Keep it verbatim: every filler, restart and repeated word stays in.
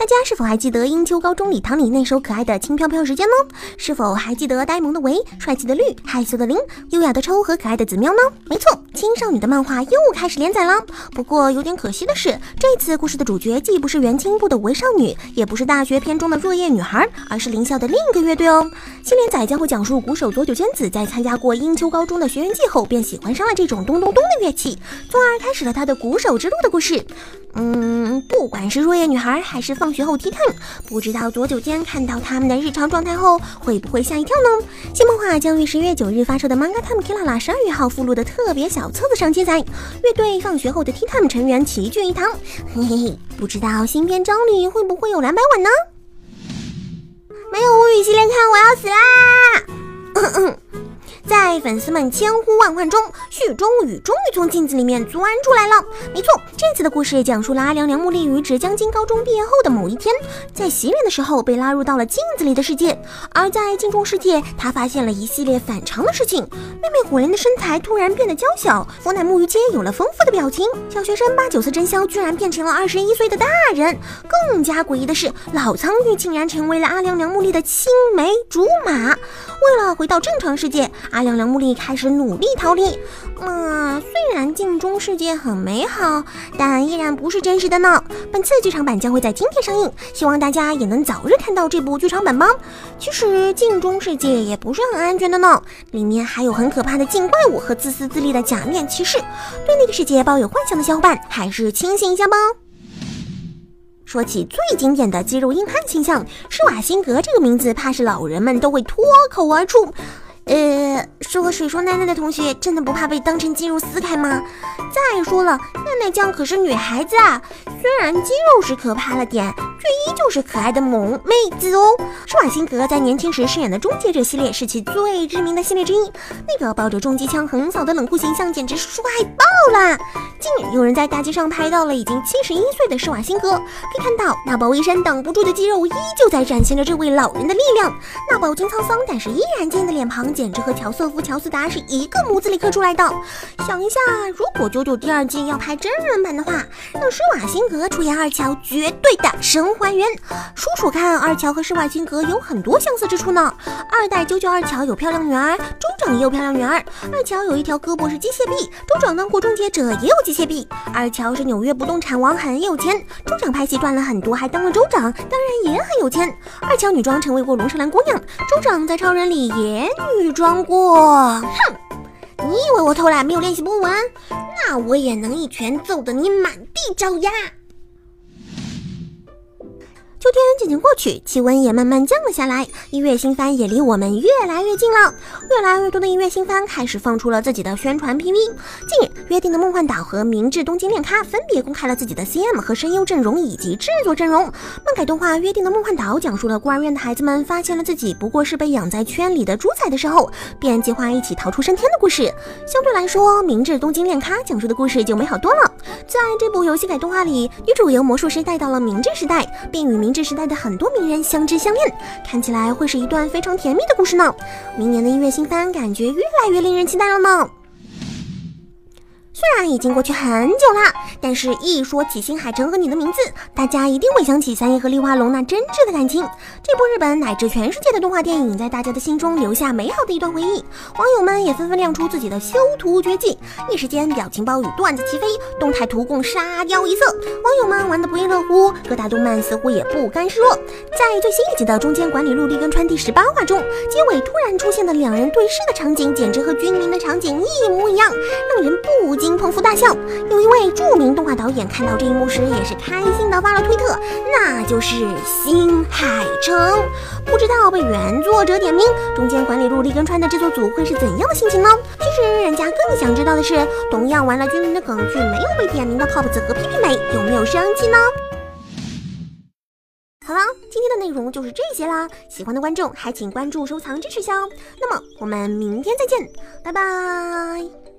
家是否还记得英丘高中礼堂里那首可爱的轻飘飘时间呢？是否还记得呆萌的维、帅气的绿、害羞的林、优雅的抽和可爱的子喵呢？没错，青少女的漫画又开始连载了。不过有点可惜的是，这次故事的主角既不是原青部的维少女，也不是大学篇中的若叶女孩，而是林校的另一个乐队哦。新连载将会讲述鼓手佐久间子在参加过英丘高中的学园祭后，便喜欢上了这种咚咚咚的乐器，从而开始了他的鼓手之路的故事。嗯，不管是若叶女孩还是放学后 tea time， 不知道佐久间看到他们的日常状态后会不会吓一跳呢？新漫画将于十月九日发售的 Manga Time Kirara 十二月号附录的特别小册子上记载，乐队放学后的 tea time 成员齐聚一堂，嘿嘿嘿，不知道新篇章里会不会有蓝白碗呢？没有无语系列看，我要死啦！咳咳，在粉丝们千呼万唤中，旭中宇终于从镜子里面钻出来了。没错，这次的故事讲述了阿良良木丽于直江津高中毕业后的某一天，在洗脸的时候被拉入到了镜子里的世界。而在镜中世界，他发现了一系列反常的事情：妹妹火莲的身材突然变得娇小，佛乃木鱼街有了丰富的表情，小学生八九次真宵居然变成了二十一岁的大人。更加诡异的是，老苍玉竟然成为了阿良良木丽的青梅竹马。为了回到正常世界，阿良良木丽开始努力逃离。嗯，虽然镜中世界很美好，但依然不是真实的呢。本次剧场版将会在今天上映，希望大家也能早日看到这部剧场版吧。其实镜中世界也不是很安全的呢，里面还有很可怕的镜怪物和自私自利的假面骑士。对那个世界抱有幻想的小伙伴，还是清醒一下吧。说起最经典的肌肉硬汉形象，施瓦辛格这个名字怕是老人们都会脱口而出。呃，说水说奈奈的同学真的不怕被当成肌肉撕开吗？再说了，奈奈酱可是女孩子啊，虽然肌肉是可怕了点，却依旧是可爱的萌妹子哦。施瓦辛格在年轻时饰演的终结者系列是其最知名的系列之一，那个抱着重机枪横扫的冷酷形象简直帅爆了。近日有人在大街上拍到了已经七十一岁的施瓦辛格，可以看到那包衣衫挡不住的肌肉依旧在展现着这位老人的力量，那饱经沧桑但是依然坚硬的脸庞简直和乔瑟夫·乔斯达是一个模子里刻出来的。想一下，如果九九第二季要拍真人版的话，让施瓦辛格出演二乔绝对的神还原。数数看，二乔和施瓦辛格有很多相似之处呢。二代九九二乔有漂亮女儿，州长也有漂亮女儿。二乔有一条胳膊是机械臂，州长当过终结者也有机械臂。二乔是纽约不动产王，很有钱，州长拍戏赚了很多，还当了州长，当然也很有钱。二乔女装成为过龙舌兰姑娘，州长在超人里也女装过。哼，你以为我偷懒没有练习不完？那我也能一拳揍得你满地找牙。秋天渐渐过去，气温也慢慢降了下来，音乐新番也离我们越来越近了。越来越多的音乐新番开始放出了自己的宣传 P V。近日，约定的梦幻岛和明治东京恋咖分别公开了自己的 C M 和声优阵容以及制作阵容。漫改动画《约定的梦幻岛》讲述了孤儿院的孩子们发现了自己不过是被养在圈里的猪仔的时候，便计划一起逃出升天的故事。相对来说，明治东京恋咖讲述的故事就美好多了。在这部游戏改动画里，女主由魔术师带到了明治时代，并与明治时代的很多名人相知相恋，看起来会是一段非常甜蜜的故事呢。明年的音乐新番感觉越来越令人期待了呢。虽然已经过去很久啦，但是一说起新海诚和你的名字，大家一定会想起三叶和丽花龙那真挚的感情。这部日本乃至全世界的动画电影在大家的心中留下美好的一段回忆，网友们也纷纷亮出自己的修图绝技，一时间表情包与段子齐飞，动态图共沙雕一色，网友们玩得不亦乐乎，各大动漫似乎也不甘示弱。在最新一集的中间管理录立根川第十八话中，结尾突然出现的两人对视的场景简直和君临的场景一模一样，让人不禁捧腹大笑。有一位著名动画导演看到这一幕时也是开心的发了推特，那就是新海诚。不知道被原作者点名，中间管理录立根川的制作组会是怎样的心情呢？其实人家更想知道的是，同样玩了君临的梗却没有被点名的 Pop 子和屁屁美有没有生气呢？好了，今天的内容就是这些啦，喜欢的观众还请关注、收藏、支持下哦。那么我们明天再见，拜拜。